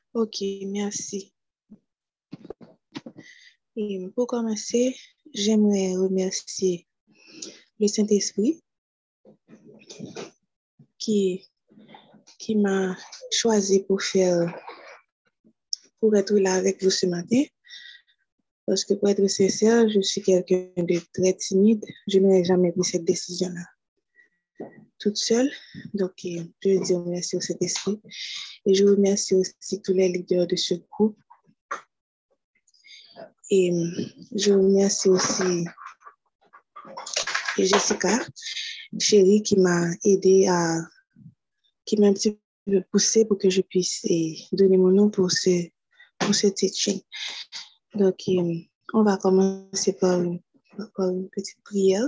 Ok, merci. Et pour commencer, j'aimerais remercier le Saint-Esprit qui m'a choisi pour être là avec vous ce matin. Parce que pour être sincère, je suis quelqu'un de très timide. Je n'aurais jamais pris cette décision-là toute seule. Donc, je veux dire merci au Saint-Esprit. Et je remercie aussi tous les leaders de ce groupe. Et je remercie aussi Jessica, chérie, qui m'a aidé qui m'a un petit peu poussé pour que je puisse donner mon nom pour ce teaching. Donc, on va commencer par une petite prière.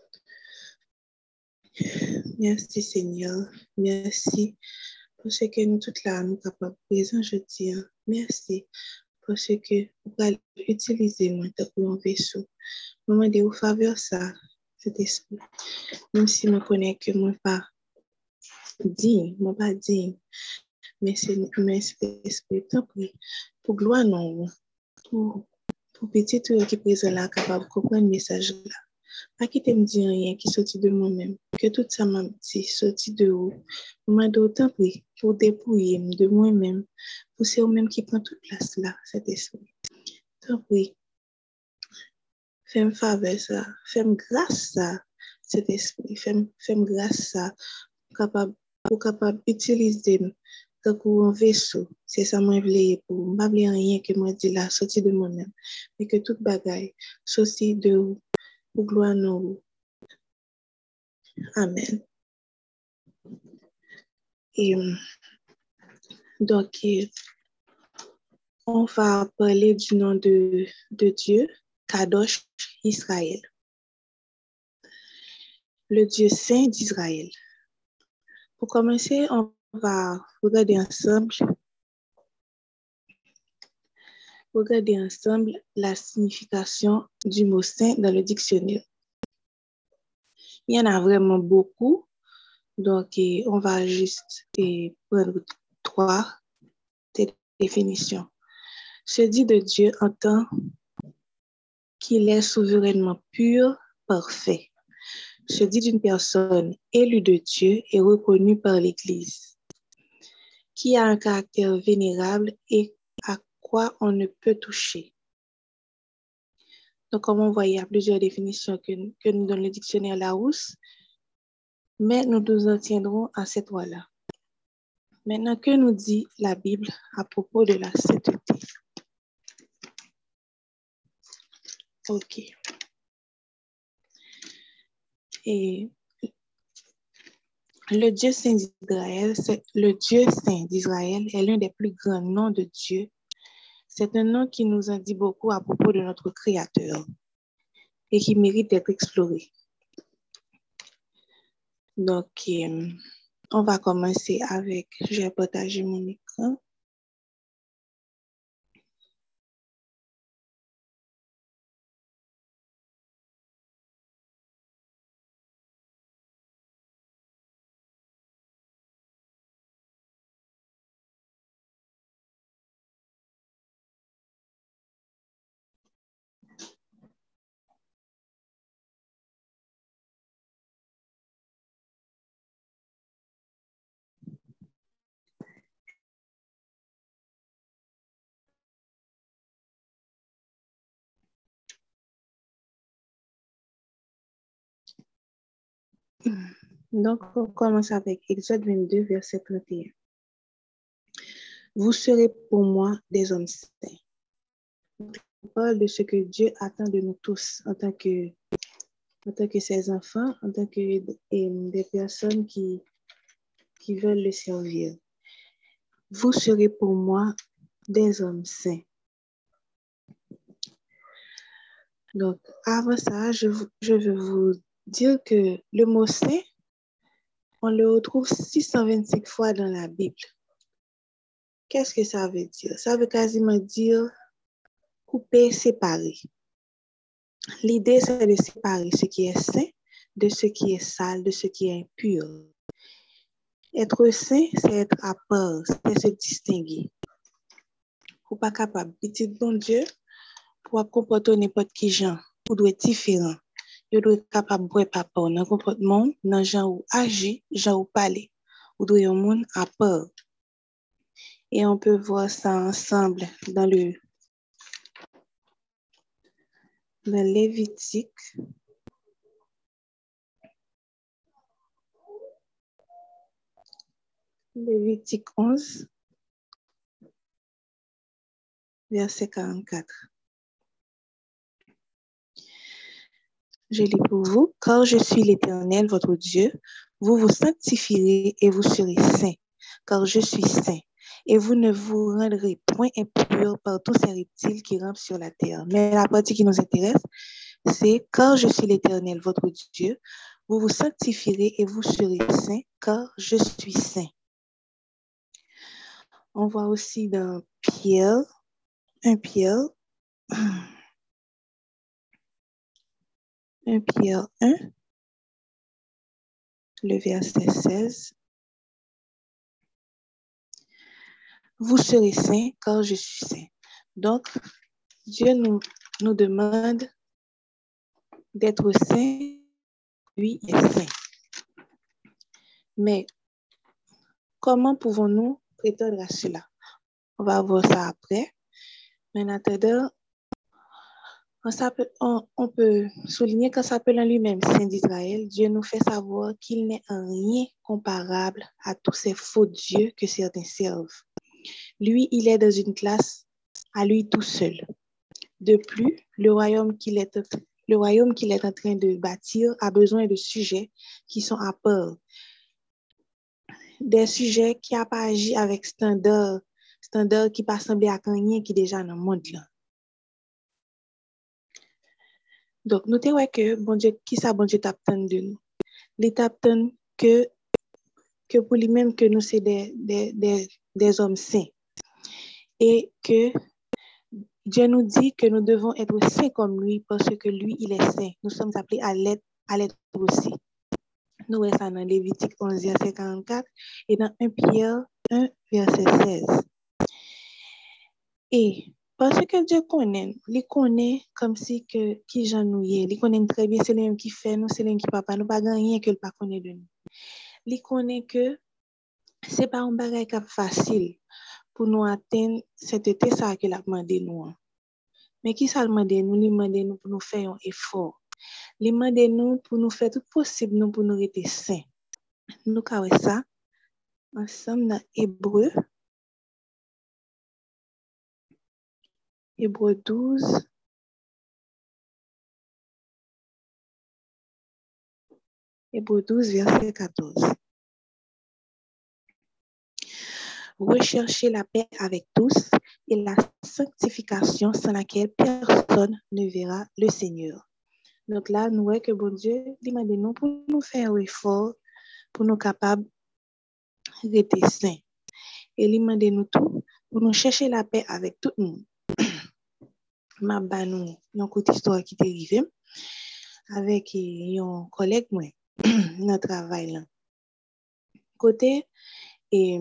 Merci Seigneur, merci parce que nous toutes là, nous capables présents, je dis merci parce que vous allez utiliser moi pour un vaisseau. Moment de vous faveur ça, cet esprit. Même si je connais que moi pas digne, mais c'est cet esprit, tant pis, pour gloire non, pour petit tout qui est présent là, capable de comprendre le message là. Pas quitter me dire rien qui sortit de moi-même, que tout ça m'a dit, sorti de haut. Moi, d'autant pris pour dépouiller de moi-même, pour c'est vous-même qui prend toute place là, cet esprit. Tant pis, fais-moi faveur ça, fais-moi grâce ça, cet esprit, fais-moi grâce ça, pour capable d'utiliser comme un vaisseau. C'est ça moi voulais pour pas oublier rien que moi dit là, sorti de moi-même, mais que toute bagaille sorti de haut, pour gloire nous. Amen. Et donc, on va parler du nom de Dieu, Kadosh Israël, le Dieu saint d'Israël. Pour commencer, on va regarder ensemble la signification du mot saint dans le dictionnaire. Il y en a vraiment beaucoup, donc on va juste prendre 3 définitions. Se dit de Dieu entend qu'il est souverainement pur, parfait. Se dit d'une personne élue de Dieu et reconnue par l'Église, qui a un caractère vénérable et à quoi on ne peut toucher. Donc, comme on voit, il y a plusieurs définitions que nous donne le dictionnaire Larousse, mais nous nous en tiendrons à ces 3-là. Maintenant, que nous dit la Bible à propos de la sainteté? Ok. Et le Dieu saint d'Israël est l'un des plus grands noms de Dieu. C'est un nom qui nous en dit beaucoup à propos de notre Créateur et qui mérite d'être exploré. Donc, on va commencer avec, je vais partager mon écran. Donc, on commence avec Exode 22, verset 31. Vous serez pour moi des hommes saints. On parle de ce que Dieu attend de nous tous en tant que ses enfants, en tant que des personnes qui veulent le servir. Vous serez pour moi des hommes saints. Donc, avant ça, je veux vous dire que le mot saint, on le retrouve 625 fois dans la Bible. Qu'est-ce que ça veut dire? Ça veut quasiment dire couper, séparer. L'idée, c'est de séparer ce qui est saint de ce qui est sale, de ce qui est impur. Être saint, c'est être à part, c'est se distinguer. ou pas capable. Petit bon Dieu, pour comporter n'importe qui gens, ou doit être différent. Vous doit être capable de papa dans le comportement, dans les gens où agir, gens où parler. Ou doit un monde à part. Et on peut voir ça ensemble dans Lévitique. Lévitique 11, verset 44. Je lis pour vous. Car je suis l'Éternel, votre Dieu, vous vous sanctifierez et vous serez saints, car je suis saint. Et vous ne vous rendrez point impurs par tous ces reptiles qui rampent sur la terre. Mais la partie qui nous intéresse, c'est car je suis l'Éternel, votre Dieu, vous vous sanctifierez et vous serez saints, car je suis saint. On voit aussi dans Pierre, 1 Pierre 1, le verset 16. Vous serez saints, car je suis saint. Donc, Dieu nous demande d'être saints, lui est saint. Mais comment pouvons-nous prétendre à cela? On va voir ça après. Mais en attendant, on peut souligner qu'en s'appelant lui-même Saint d'Israël, Dieu nous fait savoir qu'il n'est en rien comparable à tous ces faux dieux que certains servent. Lui, il est dans une classe à lui tout seul. De plus, le royaume qu'il est en train de bâtir a besoin de sujets qui sont à part. Des sujets qui n'ont pas agi avec standard qui pas semblé à rien qui déjà dans le monde là. Donc, notez que bon Dieu, qui ça bon Dieu t'attend de nous? Il t'attend que pour lui-même que nous c'est des hommes saints. Et que Dieu nous dit que nous devons être saints comme lui parce que lui, il est saint. Nous sommes appelés à l'être aussi. Nous voyons ça dans Lévitique 11, verset 44 et dans 1 Pierre 1, verset 16. Et parce que Dieu connaît, il connaît comme si que qui j'en nous y est. Il connaît très bien, c'est lui qui fait nous, c'est lui qui papa. Nous pas rien que le pas connaît de nous. Il connaît que c'est pas un bagage facile pour nous atteindre cette été ça qu'il a demandé nous. Mais qui ça demandé nous? Il demande nous pour nous faire un effort. Il demande nous pour nous faire tout possible nous pour nous rester saints. Nous avons ça ensemble dans Hébreu 12. Hébreu 12, verset 14. Recherchez la paix avec tous et la sanctification sans laquelle personne ne verra le Seigneur. Donc là, nous voyons que bon Dieu demande nous pour nous faire un effort, pour nous capables de rester saints. Et il demande nous tout pour nous chercher la paix avec tout le monde. Ma ba nous une petite histoire qui est arrivée avec un collègue moi dans travail là. Côté et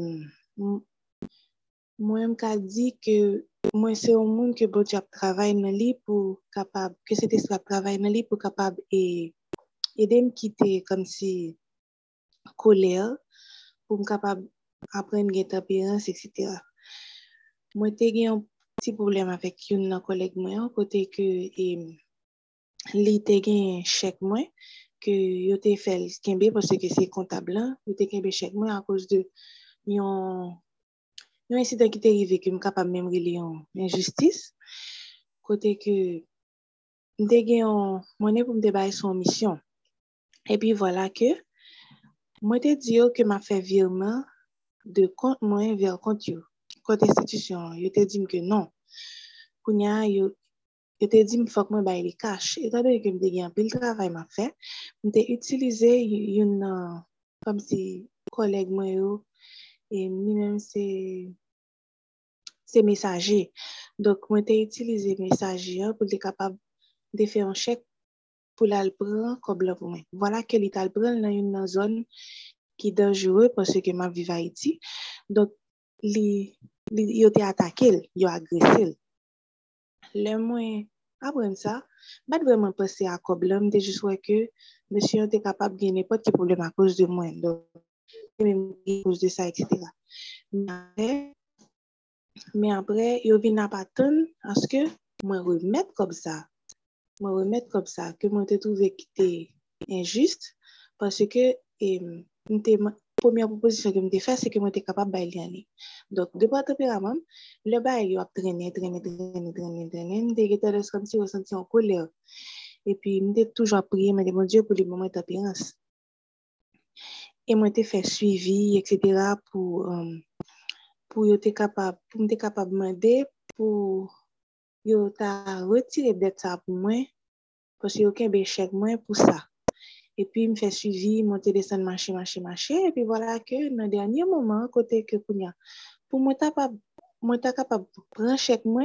moi m'a dit que moi c'est un monde que bon Dieu travaille dans lui pour capable que c'était ça travail dans lui pour capable et aider me quitter comme si colère pour me capable apprendre à tempérance etc. Moi j'ai un petit problème avec un collègue moi côté que li te gen chèque moi que yo te fait kembe parce que c'est comptable là yo te kembe chèque moi à cause de yon incident qui t'est arrivé que me capable même relé en injustice côté que m'te gen monnaie pour me débailler son mission et puis voilà que moi te dit que m'a fait virement de compte moi vers compte yo compte institution yo te dit que non kounya yo te dit me faut que moi bailler les cash étant donné que me gen pile travail m'a fait me utiliser une comme si collègue moi yo et lui-même c'est messager. Donc, moi, j'ai utilisé messager pour être capable de faire un chèque pour la prendre comme là pour moi. Voilà que l'État prend dans une zone qui est dangereuse parce que ma vie à Haïti. Donc, yo te attaqué, yo agressé. Le moins après ça, pas vraiment penser à problème, de juste ouais que monsieur était capable de gagner n'importe quel problème à cause de moi, donc même à cause de ça, etc. Mais après, yo vient à pas attendre parce que moi remettre comme ça, que moi te trouvé qui était injuste parce que première proposition que me fait c'est que moi était capable d'aller aller. Donc de par tempérament, le bail yo a traîné, me comme si on sentait en colère. Et puis me toujours prier mais mon Dieu pour les moments d'apparence. Et moi te fait suivi etc. pour être capable pour me capable demander pour yo t'a retiré dette ça pour moi parce que aucun chèque moi pour ça. Et puis, il me fait suivi, monter, descendre, marcher. Et puis, voilà que dans le dernier moment, côté que pour moi, moi, capable de prendre chèque, moi,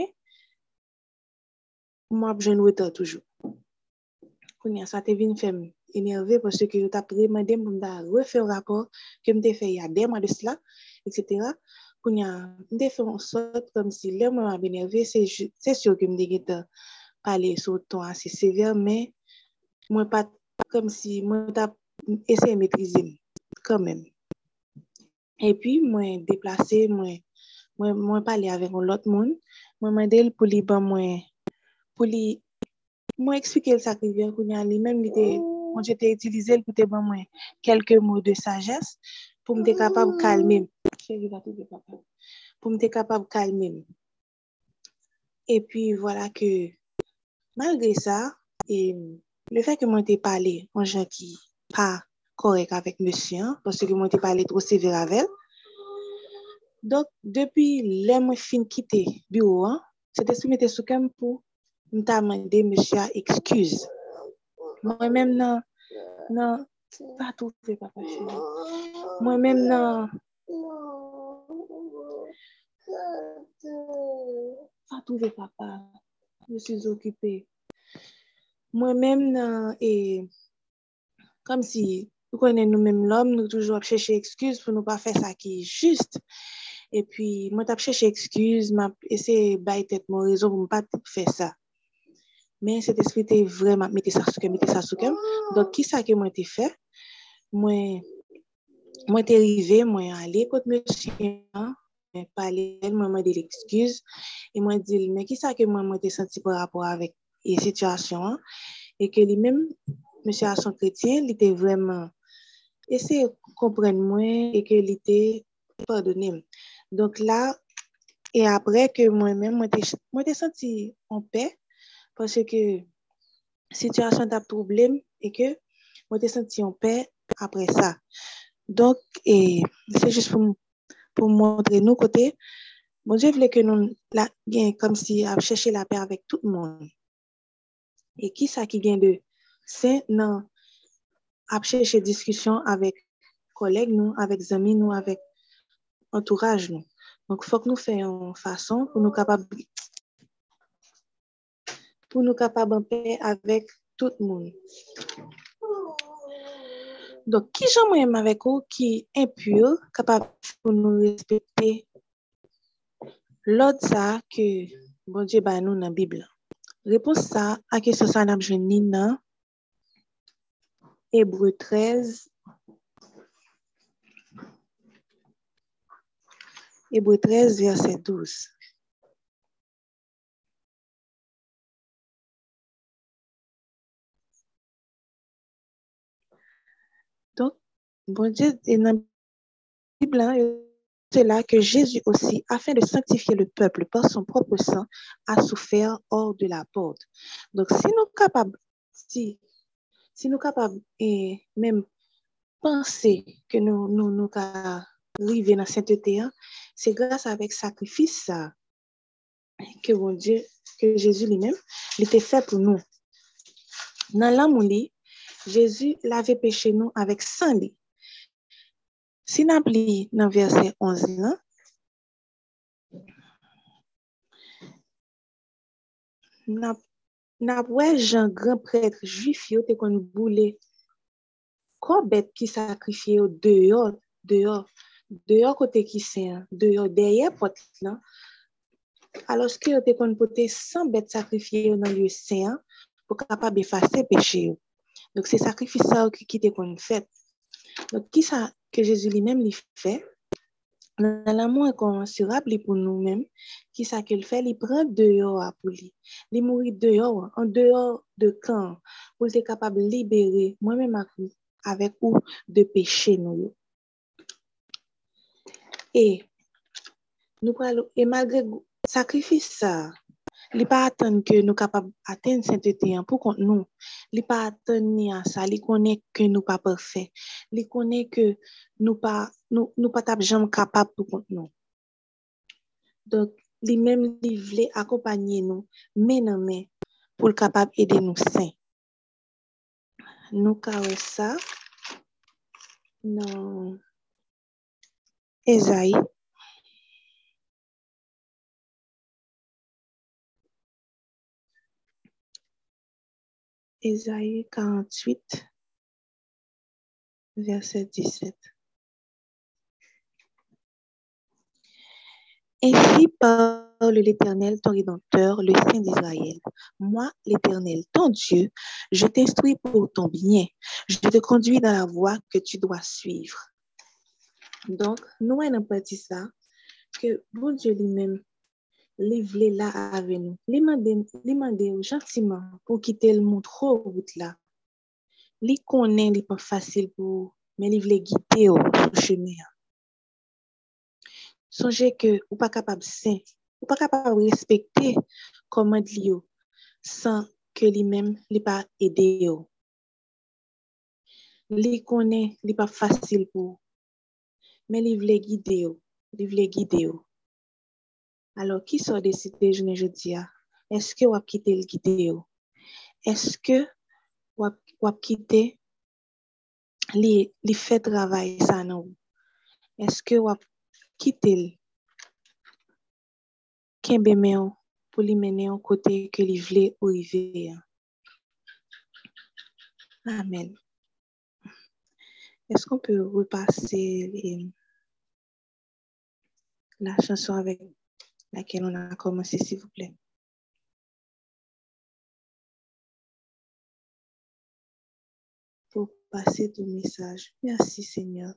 je ne retard toujours. Ça te vient faire énervé parce que tu as demandé pour me refaire un rapport que je fait il y a des mois de cela, etc. Je fait en sorte comme si là, moi, énervé, c'est sûr que je me parler sur ton assez sévère, mais moi, pas comme si moi, essayer de maîtriser quand même. Et puis, moi, déplacé, moi parler avec l'autre monde, moi, demander pour lui, moi, expliquer ça qui vient, lui-même, moi, j'étais utilisé pour te moi quelques mots de sagesse pour me capable de calmer. Pour me capable de calmer. Et puis, voilà que, malgré ça, et le fait que moi, t'ai parlé en gens qui pas correct avec monsieur, parce que moi, t'ai parlé trop sévère avec elle. Donc, depuis les mois fin quitter bureau, c'était ce que je sous pour me demander monsieur excuse. Moi-même non pas tout fait papa chéri. Moi-même non pas tout fait papa. Je suis occupée. Moi-même non et comme si nous connaissons nous-mêmes l'homme, nous toujours chercher excuse pour ne pas faire ça qui est juste. Et puis, moi, j'ai cherché excuse, m'a essayé de tête mon raison pour ne pas faire ça. Mais cet esprit était vraiment, mettez ça sous cœur. Donc, qui ça que moi t'ai fait? Moi, t'ai arrivé, moi, aller contre monsieur, parler, moi, m'a dit l'excuse. Et moi, dit, mais qui ça que moi t'ai senti par rapport avec la situation? Et que lui-même, monsieur à son chrétien, il était vraiment, essayé de comprendre moi et que il était pardonné. Donc là, et après que moi-même, moi t'ai senti en paix parce que situation d'un problème et que moi t'ai senti en paix après ça. Donc, et c'est juste pour montrer nous côté, mon Dieu voulait que nous la gain comme si à chercher la paix avec tout le monde. Et qui ça qui gagne de c'est non à chercher discussion avec collègues nous, avec amis nous, avec entourage nous. Donc, il faut que nous fassions façon pour nous capables en paix avec tout le monde. Donc, qui j'aime avec vous qui est impur, capable pour nous respecter l'autre ça que bon Dieu ba nous dans la Bible. Réponse ça à question ça n'a jeuni dans Hébreux 13 verset 12. Donc, bon Dieu, et dans la Bible, c'est là que Jésus aussi, afin de sanctifier le peuple par son propre sang, a souffert hors de la porte. Donc, si nous capables, si nous capables et même penser que nous arriver dans cette terre, c'est grâce avec sacrifice ça que bon Dieu, que Jésus lui-même, il était fait pour nous. Dans l'amour, Jésus l'avait péché nous avec sang. Si nous appelons dans verset 11, nous Jean grand prêtre juif yo te kon boule quoi bête qui sacrifié dehors dehors côté qui c'est, dehors derrière porte là, alors que vous te porter 100 bêtes sacrifiées dans le lieu saint pour capable effacer péché. Donc c'est sacrifice ça qui te qu'on fait. Donc qui ça que Jésus lui-même lui fait? Dans l'amour incommensurable pour nous-mêmes, qui ça qu'il fait, il prend dehors pour lui. Il mourit dehors, en dehors de camp, pour être capable de libérer moi-même avec ou de péché nous. Et nous parlons, et malgré sacrifice ça, il pas attendre que nous capables atteindre sainteté pour contre nous. Il pas attendre à ça, il connaît que nous pas parfait. Il connaît que nous pas jamais capable pour contre nous. Donc lui-même il voulait accompagner nous main en main pour capable aider nous saints. Nous carré ça dans Ésaïe. Ésaïe 48, verset 17. Ainsi parle l'Éternel, ton Rédempteur, le Saint d'Israël. Moi, l'Éternel, ton Dieu, je t'instruis pour ton bien. Je te conduis dans la voie que tu dois suivre. Donc, nous avons parti ça, que bon Dieu lui-même, il voulait là avec nous. Il demandé gentiment pour quitter le monde trop route là. Il connaît, il pas facile pour, mais il voulait guider au chemin. Songez que ou pas capable saint, ou pas capable respecter comment dire sans que lui-même il pas aider. Il connaît, il pas facile pour, mais il voulait guider. Il voulait guider. Alors qui sont décidé jeudi? Est-ce que vous avez quitté le guider? Est-ce que vous avez quitté les fait travail ça non? Est-ce que vous avez quitté Kembe pour lui mener au côté que lui voulait arriver? Amen. Est-ce qu'on peut repasser la chanson avec laquelle on a commencé, s'il vous plaît? Pour passer ton message. Merci, Seigneur.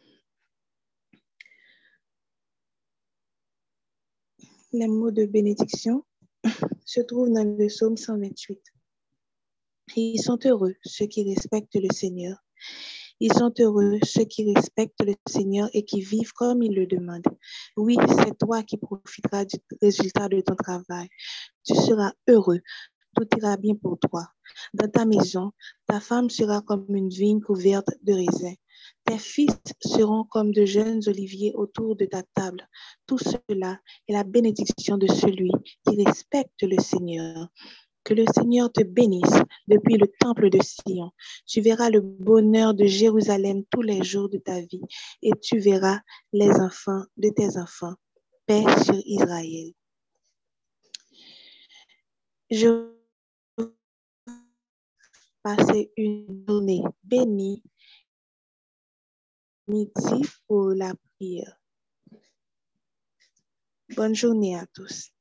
Les mots de bénédiction se trouvent dans le psaume 128. Ils sont heureux, ceux qui respectent le Seigneur. Ils sont heureux, ceux qui respectent le Seigneur et qui vivent comme il le demande. Oui, c'est toi qui profiteras du résultat de ton travail. Tu seras heureux. Tout ira bien pour toi. Dans ta maison, ta femme sera comme une vigne couverte de raisins. Tes fils seront comme de jeunes oliviers autour de ta table. Tout cela est la bénédiction de celui qui respecte le Seigneur. Que le Seigneur te bénisse depuis le temple de Sion. Tu verras le bonheur de Jérusalem tous les jours de ta vie et tu verras les enfants de tes enfants. Paix sur Israël. Je passe une journée bénie, midi pour la prière. Bonne journée à tous.